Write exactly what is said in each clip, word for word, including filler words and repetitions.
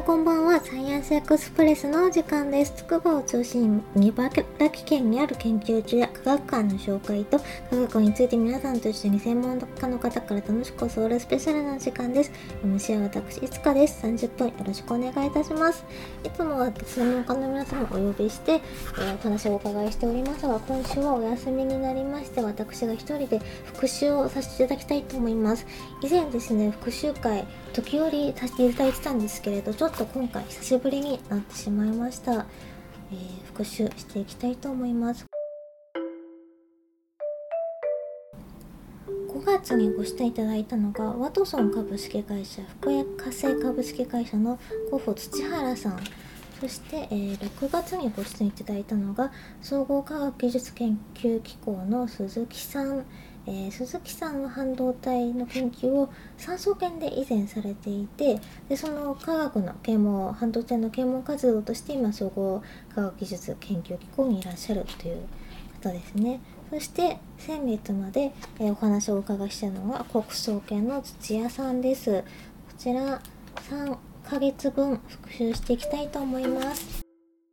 こんばんは。サイエンスエクスプレスのお時間です。筑波を中心に茨城県にある研究所や科学館の紹介と科学について皆さんと一緒に専門家の方から楽しく教わるスペシャルな時間です。エムシー は私、いつかです。さんじゅっぷんよろしくお願いいたします。いつもは専門家の皆様をお呼びして、えー、お話をお伺いしておりますが、今週はお休みになりまして、私が一人で復習をさせていただきたいと思います。以前ですね、復習会時折させていただいてたんですけれど、ちょっと今回久しぶりになってしまいました。えー、復習していきたいと思います。ごがつにご出演いただいたのがワトソン株式会社福江化成株式会社の広報土原さん、そして、えー、ろくがつにご出演いただいたのが総合科学技術研究機構の鈴木さん、えー、鈴木さんは半導体の研究を産総研で以前されていて、でその科学の啓蒙半導体の啓蒙活動として今総合科学技術研究機構にいらっしゃるという方ですね。そして先月まで、えー、お話をお伺いしたのが国総研の土屋さんです。こちらさんかげつぶん復習していきたいと思います。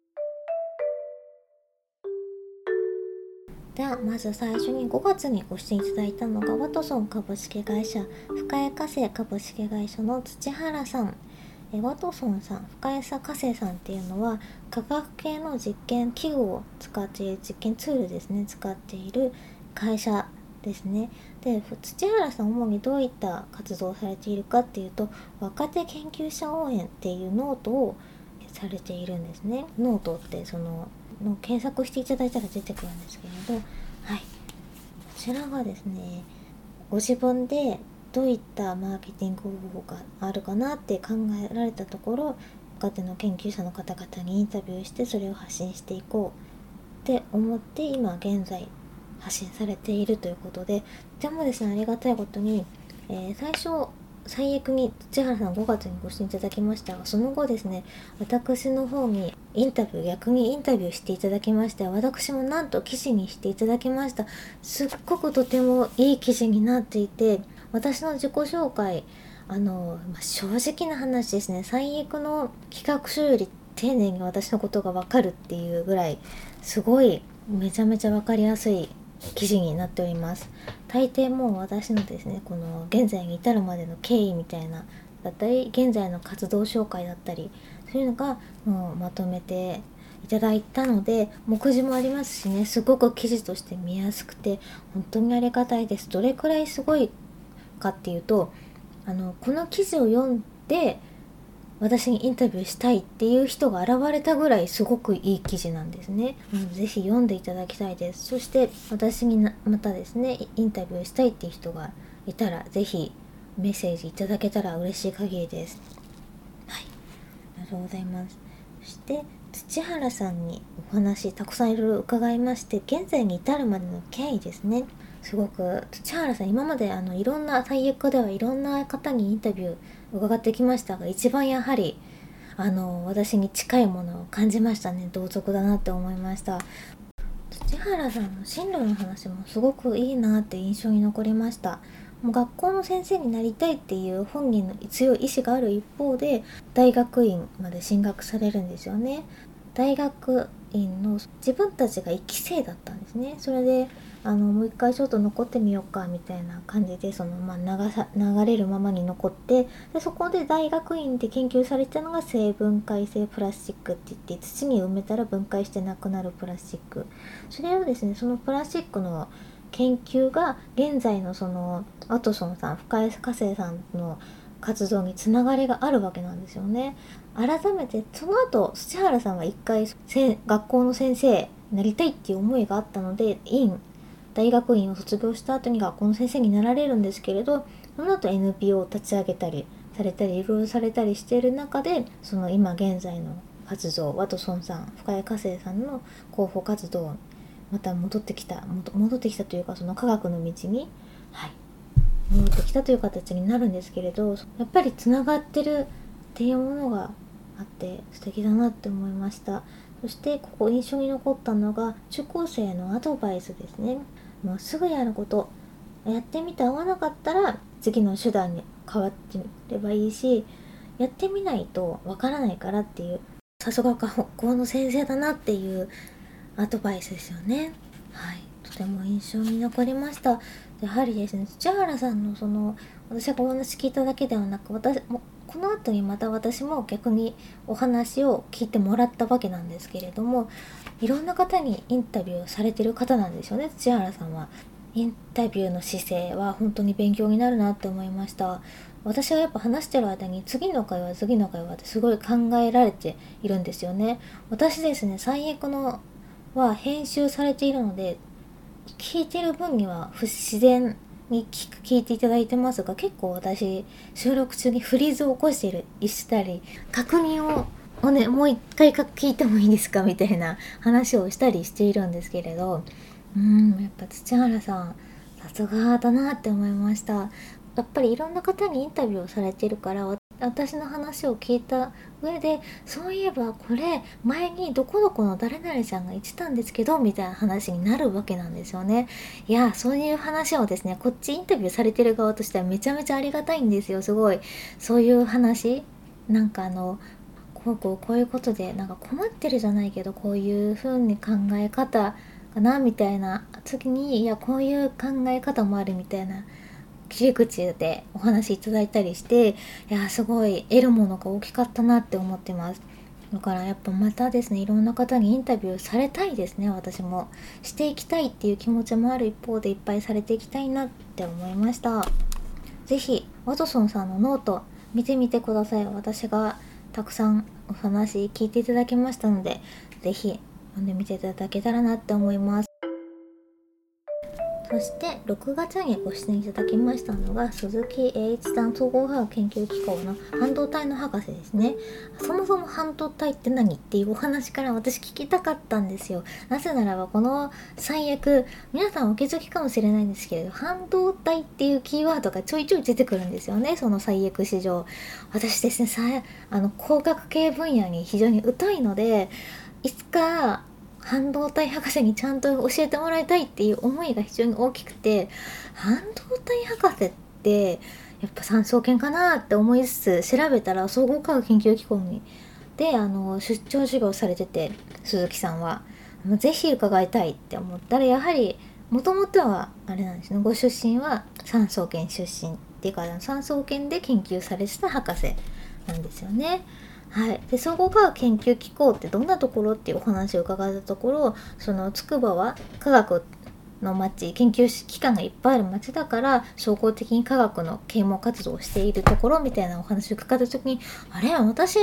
ではまず最初にごがつにご出演いただいたのがワトソン株式会社深谷化成株式会社の土原さん。えワトソンさん、深谷化成さんっていうのは科学系の実験器具を使っている実験ツールですね使っている会社ですね。で土原さん主にどういった活動をされているかっていうと、若手研究者応援っていうノートをされているんですね。ノートってそのの検索していただいたら出てくるんですけれど、はい、こちらがですね、ご自分でどういったマーケティング方法があるかなって考えられたところ、若手の研究者の方々にインタビューしてそれを発信していこうって思って今現在発信されているということで、でもですね、ありがたいことに、えー、最初最悪に土原さんごがつにご出演いただきましたが、その後ですね、私の方にインタビュー逆にインタビューしていただきまして、私もなんと記事にしていただきました。すっごくとてもいい記事になっていて、私の自己紹介、あの、まあ、正直な話ですね、最悪の企画書より丁寧に私のことが分かるっていうぐらいすごいめちゃめちゃ分かりやすい記事になっております。大抵もう私のですね、この現在に至るまでの経緯みたいなだったり、現在の活動紹介だったり、そういうのがもうまとめていただいたので、目次もありますしね、すごく記事として見やすくて本当にありがたいです。どれくらいすごいかっていうと、あのこの記事を読んで私にインタビューしたいっていう人が現れたぐらいすごくいい記事なんですね。うん、ぜひ読んでいただきたいです。そして私になまたですねインタビューしたいっていう人がいたらぜひメッセージいただけたら嬉しい限りです。はい、ありがとうございます。そして土原さんにお話たくさんいろいろ伺いまして、現在に至るまでの経緯ですね。すごく土原さん今まであのいろんな最悪ではいろんな方にインタビュー伺ってきましたが、一番やはりあの私に近いものを感じましたね。同族だなって思いました。土原さんの進路の話もすごくいいなって印象に残りました。もう学校の先生になりたいっていう本人の強い意志がある一方で大学院まで進学されるんですよね。大学院の自分たちがいちき生だったんですね。それであのもう一回ちょっと残ってみようかみたいな感じでその、まあ、流さ流れるままに残って、でそこで大学院で研究されてたのが生分解性プラスチックって言って、土に埋めたら分解してなくなるプラスチック、それをですね、そのプラスチックの研究が現在のそのワトソンさん深谷化成さんの活動につながりがあるわけなんですよね。改めてその後土原さんは一回学校の先生になりたいっていう思いがあったので院大学院を卒業した後に学校の先生になられるんですけれど、その後 エヌピーオー を立ち上げたりされたりいろいろされたりしている中で、その今現在の活動ワトソンさん深谷化成さんの広報活動また戻ってきた戻ってきたというか、その科学の道に、はい、戻ってきたという形になるんですけれど、やっぱりつながってるっていうものがあって素敵だなって思いました。そしてここ印象に残ったのが中高生のアドバイスですね。もうすぐやること、やってみて合わなかったら次の手段に変わってみればいいし、 やってみないとわからないからっていう、さすが学校の先生だなっていうアドバイスですよね。はい、とても印象に残りました。やはりですね、土原さんのその私がお話聞いただけではなく、私もこの後にまた私も逆にお話を聞いてもらったわけなんですけれども、いろんな方にインタビューをされてる方なんですよね、土原さんは。インタビューの姿勢は本当に勉強になるなって思いました。私がやっぱ話してる間に次の会話次の会話ってすごい考えられているんですよね。私ですね、最悪のは編集されているので、聞いてる分には不自然に聞く聞いていただいてますが、結構私収録中にフリーズを起こしてるしたり、確認ををね、もう一回聞いてもいいですかみたいな話をしたりしているんですけれど、うーんやっぱ土原さんさすがだなって思いました。やっぱりいろんな方にインタビューをされてるから、私の話を聞いた上で、そういえばこれ前にどこどこの誰々ちゃんが言ってたんですけどみたいな話になるわけなんですよね。いや、そういう話をですね、こっちインタビューされてる側としてはめちゃめちゃありがたいんですよ。すごいそういう話、なんかあのこうこうこういうことでなんか困ってるじゃないけど、こういう風に考え方かなみたいな時に、いやこういう考え方もあるみたいな切り口でお話いただいたりして、いやすごい得るものが大きかったなって思ってます。だからやっぱまたですね、いろんな方にインタビューされたいですね。私もしていきたいっていう気持ちもある一方で、いっぱいされていきたいなって思いました。ぜひワトソンさんのノート見てみてください。私がたくさんお話聞いていただきましたので、ぜひ読んでみていただけたらなって思います。そしてろくがつにご出演いただきましたのが鈴木栄一さん、総合科学研究機構の半導体の博士ですね。そもそも半導体って何っていうお話から私聞きたかったんですよ。なぜならばこの最悪、皆さんお気づきかもしれないんですけれど、半導体っていうキーワードがちょいちょい出てくるんですよね、その最悪史上。私ですね、さあの工学系分野に非常に疎いので、いつか半導体博士にちゃんと教えてもらいたいっていう思いが非常に大きくて、半導体博士ってやっぱ産総研かなって思いつつ調べたら、総合科学研究機構にであの出張授業されてて、鈴木さんはもうぜひ伺いたいって思ったら、やはりもともとはあれなんですね、ご出身は産総研出身っていうか、産総研で研究されてた博士なんですよね。はい、で総合科学研究機構ってどんなところっていうお話を伺ったところ、その筑波は科学の町、研究機関がいっぱいある町だから総合的に科学の啓蒙活動をしているところみたいなお話を伺った時に、あれ私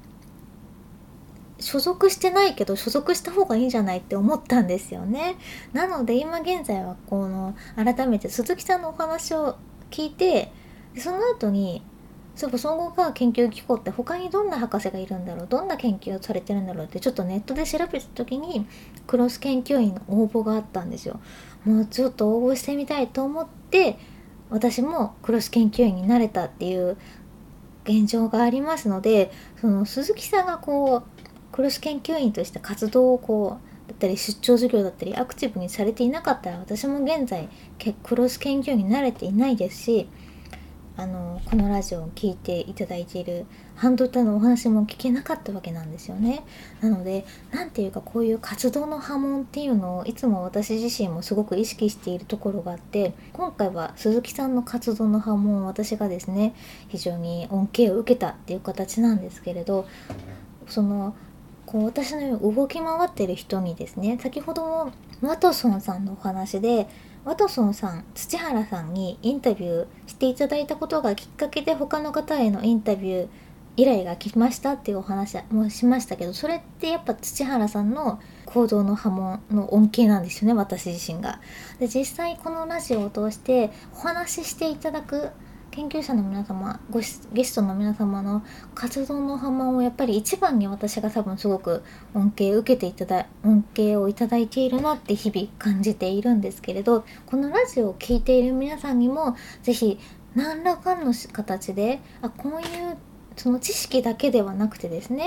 所属してないけど所属した方がいいんじゃないって思ったんですよね。なので今現在はこの改めて鈴木さんのお話を聞いて、その後にそういえば総合科学研究機構って他にどんな博士がいるんだろう、どんな研究をされてるんだろうってちょっとネットで調べた時にクロス研究員の応募があったんですよ。もうちょっと応募してみたいと思って私もクロス研究員になれたっていう現状がありますので、その鈴木さんがこうクロス研究員として活動をこうだったり出張授業だったりアクティブにされていなかったら、私も現在クロス研究員になれていないですし、あのこのラジオを聞いていただいている半導体のお話も聞けなかったわけなんですよね。なのでなんていうか、こういう活動の波紋っていうのをいつも私自身もすごく意識しているところがあって、今回は鈴木さんの活動の波紋を私がですね非常に恩恵を受けたっていう形なんですけれど、そのこう私のように動き回っている人にですね、先ほどもワトソンさんのお話でワトソンさん、土原さんにインタビューしていただいたことがきっかけで他の方へのインタビュー依頼が来ましたっていうお話もしましたけど、それってやっぱ土原さんの行動の波紋の恩恵なんですよね、私自身が。で実際このラジオを通してお話ししていただく研究者の皆様、ごゲストの皆様の活動の波紋をやっぱり一番に私が多分すごく恩恵を受けていただ恩恵をいただいているなって日々感じているんですけれど、このラジオを聞いている皆さんにもぜひ何らかの形で、あこういうその知識だけではなくてですね、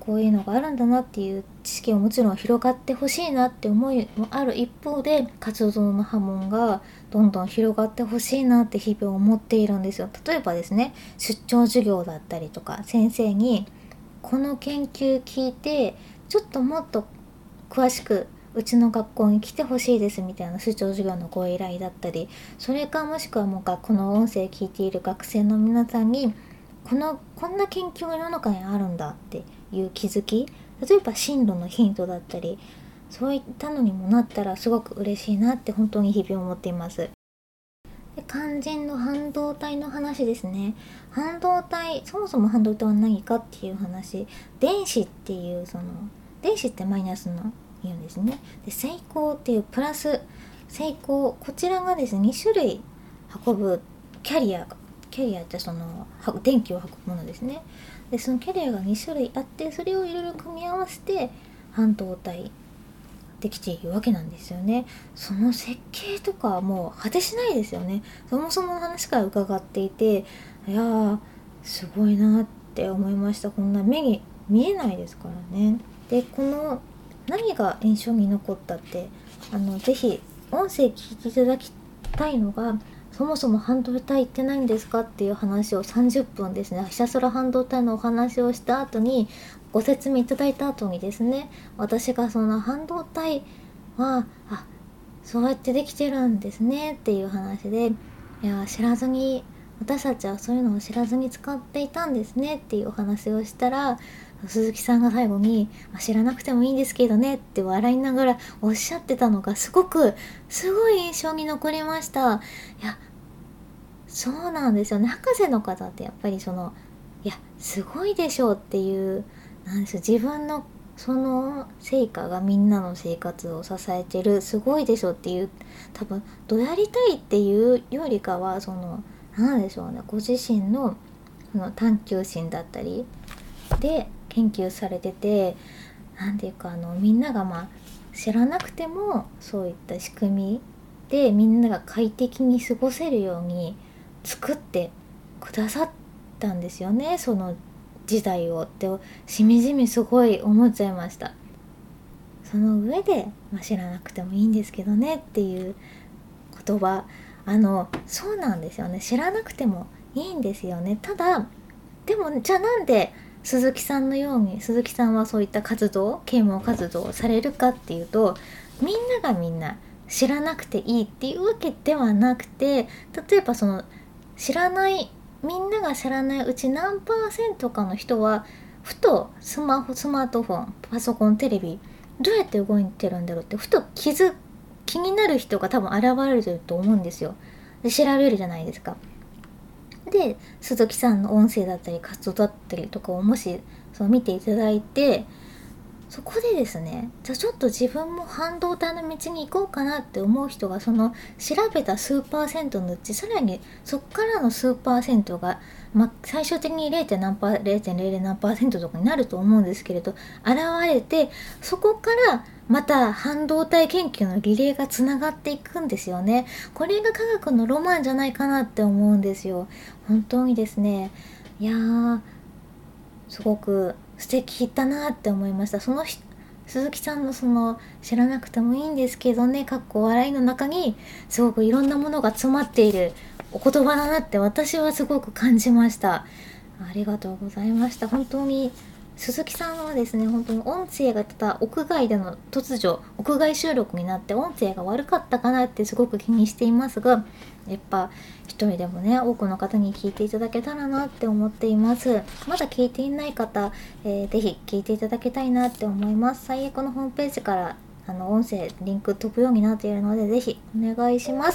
こういうのがあるんだなっていう知識をもちろん広がってほしいなって思いもある一方で、活動の波紋がどんどん広がってほしいなって日々思っているんですよ。例えばですね、出張授業だったりとか、先生にこの研究聞いてちょっともっと詳しくうちの学校に来てほしいですみたいな出張授業のご依頼だったり、それかもしくはもうこの音声聞いている学生の皆さんにこのこんな研究が世の中にあるんだっていう気づき、例えば進路のヒントだったり、そういったのにもなったらすごく嬉しいなって本当に日々思っています。で、肝心の半導体の話ですね。半導体、そもそも半導体は何かっていう話。電子っていうその電子ってマイナスの言うんですね。で、正孔っていうプラス、正孔、こちらがですねに種類運ぶキャリアが、キャリアってその電気を運ぶものですね。で、そのキャリアがに種類あって、それをいろいろ組み合わせて半導体できているわけなんですよね。その設計とかはもう果てしないですよね。そもそもの話から伺っていて、いやーすごいなって思いました。こんな目に見えないですからね。で、この何が印象に残ったって、あのぜひ音声聞いていただきたいのが、そもそも半導体って何ですかっていう話をさんじゅっぷんですね、ひたすら半導体のお話をした後に、ご説明いただいた後にですね、私がその半導体はあそうやってできてるんですねっていう話で、いや知らずに、私たちはそういうのを知らずに使っていたんですねっていうお話をしたら、鈴木さんが最後に、まあ、知らなくてもいいんですけどねって笑いながらおっしゃってたのがすごくすごい印象に残りました。いやそうなんですよね。博士の方ってやっぱりそのいやすごいでしょうっていう、なんですよ、自分のその成果がみんなの生活を支えてる、すごいでしょっていう、多分どうやりたいっていうよりかは、そのなんでしょうね、ご自身のその探求心だったりで研究されてて、なんていうかあのみんながまあ知らなくてもそういった仕組みでみんなが快適に過ごせるように作ってくださったんですよね、その時代をってしみじみすごい思っちゃいました。その上で、まあ、知らなくてもいいんですけどねっていう言葉、あのそうなんですよね、知らなくてもいいんですよね。ただでもじゃあなんで鈴木さんのように鈴木さんはそういった活動啓蒙活動をされるかっていうと、みんながみんな知らなくていいっていうわけではなくて、例えばその知らないみんなが知らないうち何パーセントかの人はふとスマホスマートフォンパソコンテレビどうやって動いてるんだろうってふと気づ気になる人が多分現れると思うんですよ。で調べるじゃないですか。で鈴木さんの音声だったり活動だったりとかをもしそう見ていただいて、そこでですね、じゃあちょっと自分も半導体の道に行こうかなって思う人が、その調べた数パーセントのうちさらにそっからの数パーセントが、まあ、最終的に ゼロ. 何パー ゼロてんゼロゼロ 何パーセントとかになると思うんですけれど、現れてそこからまた半導体研究のリレーがつながっていくんですよね。これが科学のロマンじゃないかなって思うんですよ。本当にですね、いやーすごく素敵だなって思いました。その鈴木さんのその知らなくてもいいんですけどねかっこ笑いの中にすごくいろんなものが詰まっているお言葉だなって私はすごく感じました。ありがとうございました。本当に鈴木さんはですね、本当に音声がただ屋外での突如屋外収録になって音声が悪かったかなってすごく気にしていますが、やっぱ一人でもね多くの方に聞いていただけたらなって思っています。まだ聞いていない方、えー、ぜひ聞いていただきたいなって思います。最悪のホームページからあの音声リンク飛ぶようになっているのでぜひお願いします。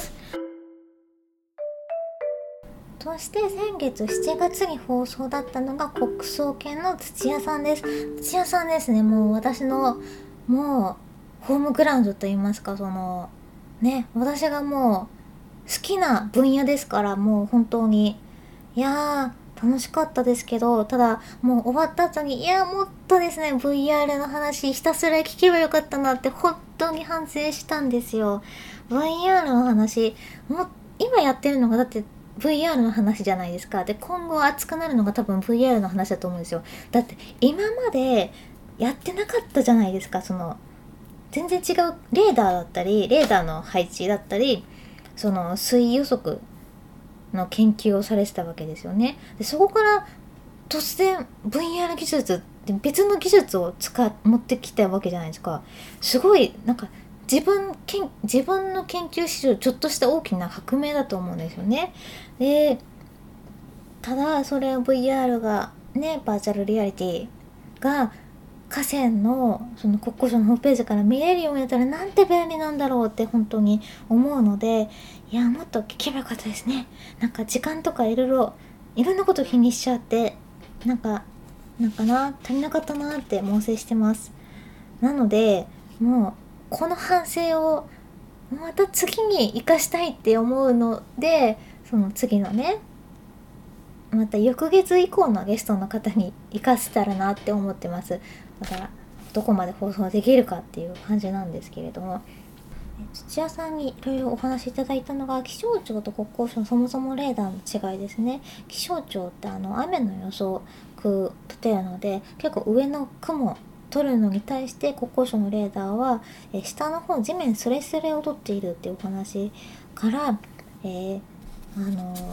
そして先月しちがつに放送だったのが国葬研の土屋さんです。土屋さんですね、もう私のもうホームグラウンドといいますか、そのね私がもう好きな分野ですから、もう本当にいやー楽しかったですけど、ただもう終わった後にいやもっとですね ブイアール の話ひたすら聞けばよかったなって本当に反省したんですよ。 ブイアール の話もう今やってるのがだってブイアール の話じゃないですか。で今後熱くなるのが多分 ブイアール の話だと思うんですよ。だって今までやってなかったじゃないですか。その全然違うレーダーだったりレーダーの配置だったりその水位予測の研究をされてたわけですよね。でそこから突然 ブイアール 技術って別の技術を使っ持ってきたわけじゃないですか。すごいなんか自分けん自分の研究史上ちょっとした大きな革命だと思うんですよね。でただそれを ブイアール がねバーチャルリアリティが河川のその国交省のホームページから見れるようになったらなんて便利なんだろうって本当に思うので、いやもっと聞けばよかったですね。なんか時間とかいろいろいろんなこと気にしちゃってなんかなんかな足りなかったなって猛省してます。なのでもうこの反省をまた次に生かしたいって思うので、その次のねまた翌月以降のゲストの方に生かせたらなって思ってます。だからどこまで放送できるかっていう感じなんですけれども、土屋さんにいろいろお話しいただいたのが気象庁と国交省のそもそもレーダーの違いですね。気象庁ってあの雨の予想立てるので結構上の雲取るのに対して国交省のレーダーはえ下の方地面スレスレを取っているっていうお話から、えー、あの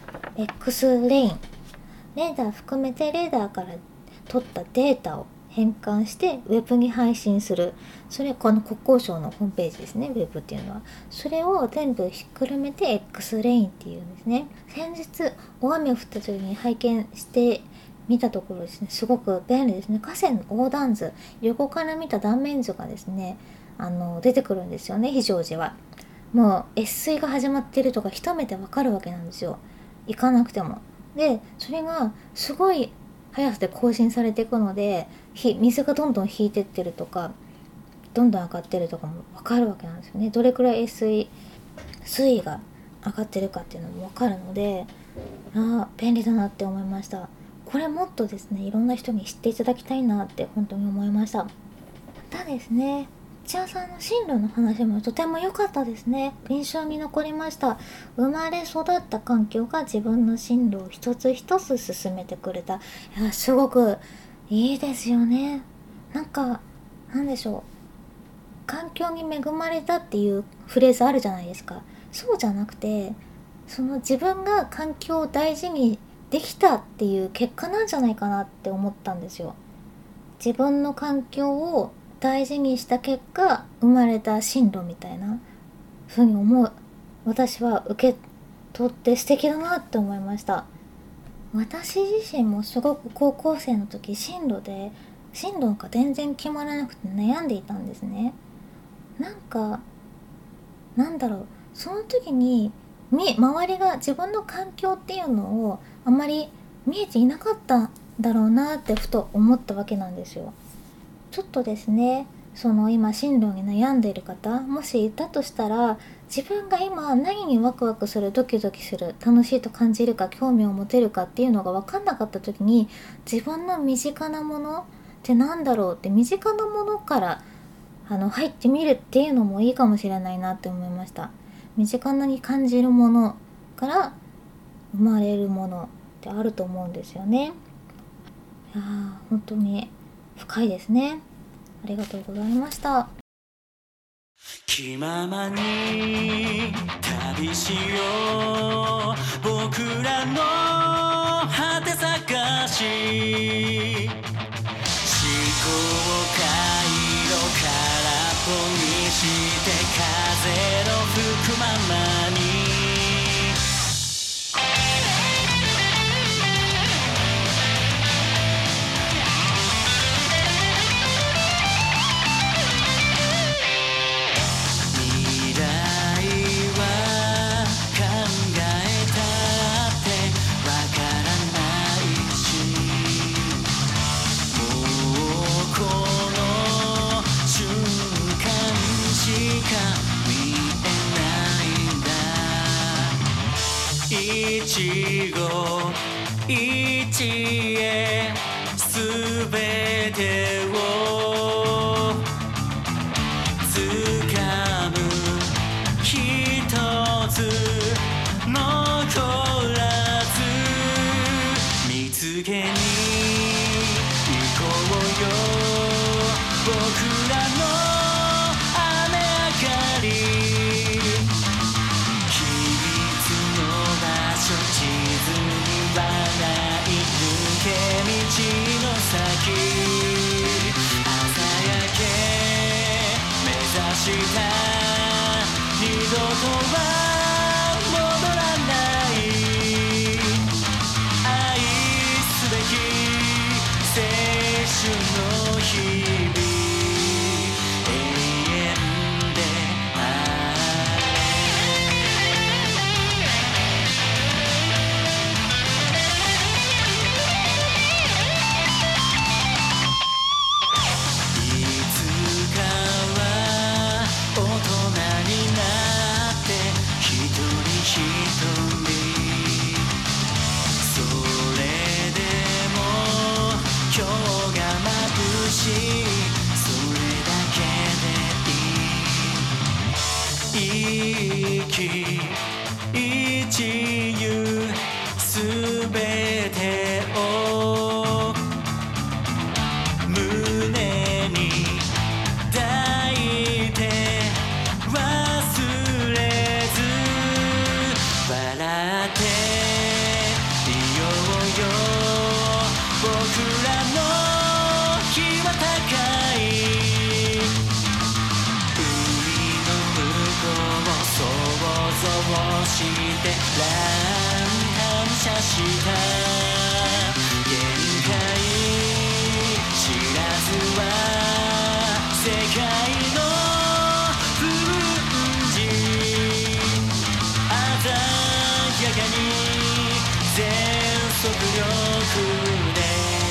X レインレーダー含めてレーダーから取ったデータを変換してウェブに配信する。それこの国交省のホームページですね。ウェブっていうのはそれを全部ひっくるめて X レインっていうんですね。先日大雨が降った時に拝見して見たところですね、すごく便利ですね。河川の横断図、横から見た断面図がですねあの出てくるんですよね。非常時はもう越水が始まっているとか一目でわかるわけなんですよ、行かなくても。でそれがすごい速さで更新されていくので水がどんどん引いてってるとかどんどん上がってるとかもわかるわけなんですよね。どれくらい越水水位が上がってるかっていうのもわかるので、ああ便利だなって思いました。これもっとですねいろんな人に知っていただきたいなって本当に思いました。またですね土屋さんの進路の話もとても良かったですね。印象に残りました。生まれ育った環境が自分の進路を一つ一つ進めてくれた。いやすごくいいですよね。なんかなんでしょう、環境に恵まれたっていうフレーズあるじゃないですか。そうじゃなくてその自分が環境を大事にできたっていう結果なんじゃないかなって思ったんですよ。自分の環境を大事にした結果生まれた進路みたいなふうに思う。私は受け取って素敵だなって思いました。私自身もすごく高校生の時進路で進路が全然決まらなくて悩んでいたんですね。なんかなんだろう、その時に周りが自分の環境っていうのをあまり見えていなかったんだろうなってふと思ったわけなんですよ。ちょっとですねその今進路に悩んでいる方もしいたとしたら、自分が今何にワクワクするドキドキする楽しいと感じるか興味を持てるかっていうのが分かんなかった時に自分の身近なものってなんだろうって身近なものからあの入ってみるっていうのもいいかもしれないなって思いました。身近なに感じるものから生まれるものってあると思うんですよね。いやー本当に深いですね。ありがとうございました。 気ままに旅しよう僕らの果て探し思考回路空っぽにして風の吹くままに一期一会すべてを掴む一つの声つけに行こうよ僕らの雨上がり秘密の場所地図にはない抜け道の先朝焼け目指した二度とは戻らない愛すべき青春の日々永遠であれいつかは大人になって一人一人それでも今日が眩しいそれだけでいい生き一憂すべてを胸に抱いて忘れず笑っていようよ僕らの日は高い海の向こうを想像してランタン射した限界知らずは世界の粉塵鮮やかに全速力で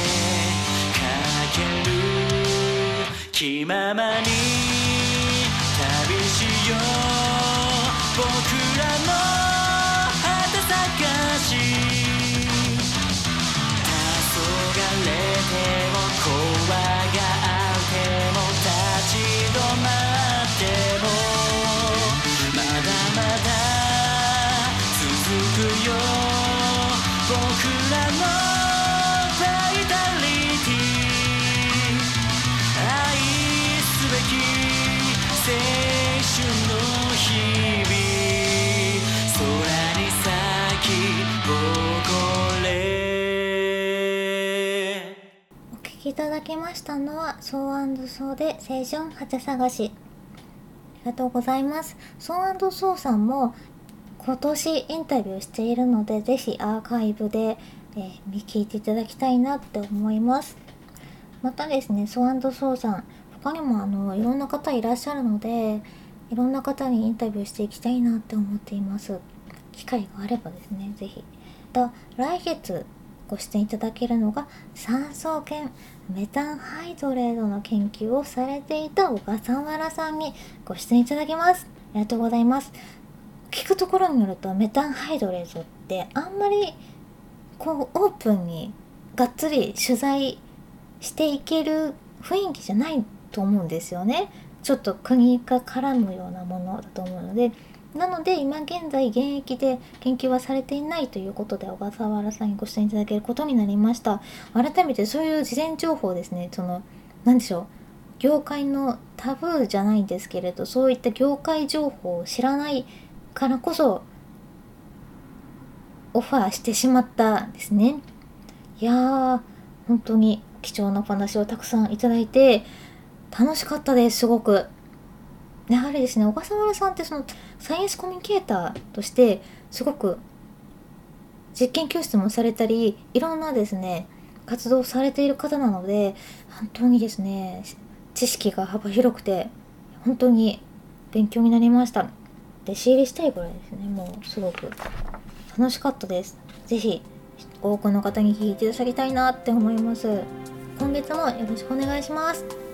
駆ける気ままに旅しよう僕らの果て探し黄昏ても怖がっても立ち止まってもまだまだ続くよ僕らのバイタリティ愛すべき青春の日々空に咲き誇れお聴きいただきましたのはソー&ソーで青春果て探し。ありがとうございます。ソー&ソーさんも今年インタビューしているので、ぜひアーカイブで、えー、見聞いていただきたいなって思います。またですね、ソー&ソーさん他にもあのいろんな方いらっしゃるので、いろんな方にインタビューしていきたいなって思っています。機会があればですね、ぜひ。また来月ご出演いただけるのが産総研メタンハイドレートの研究をされていた小笠原さんにご出演いただきます。ありがとうございます。聞くところによるとメタンハイドレートってあんまりこうオープンにがっつり取材していける雰囲気じゃないと思うんですよね。ちょっと国が絡むようなものだと思うので、なので今現在現役で研究はされていないということで小笠原さんにご出演いただけることになりました。改めてそういう事前情報ですね、その何でしょう、業界のタブーじゃないんですけれど、そういった業界情報を知らないからこそオファーしてしまったんですね。いやー本当に貴重なお話をたくさんいただいて楽しかったです。すごくやはりですね、小笠原さんってそのサイエンスコミュニケーターとしてすごく実験教室もされたりいろんなですね活動をされている方なので、本当にですね知識が幅広くて本当に勉強になりました。弟子入りしたいぐらいですね。もうすごく楽しかったです。ぜひ多くの方に聞いていただきたいなって思います。今月もよろしくお願いします。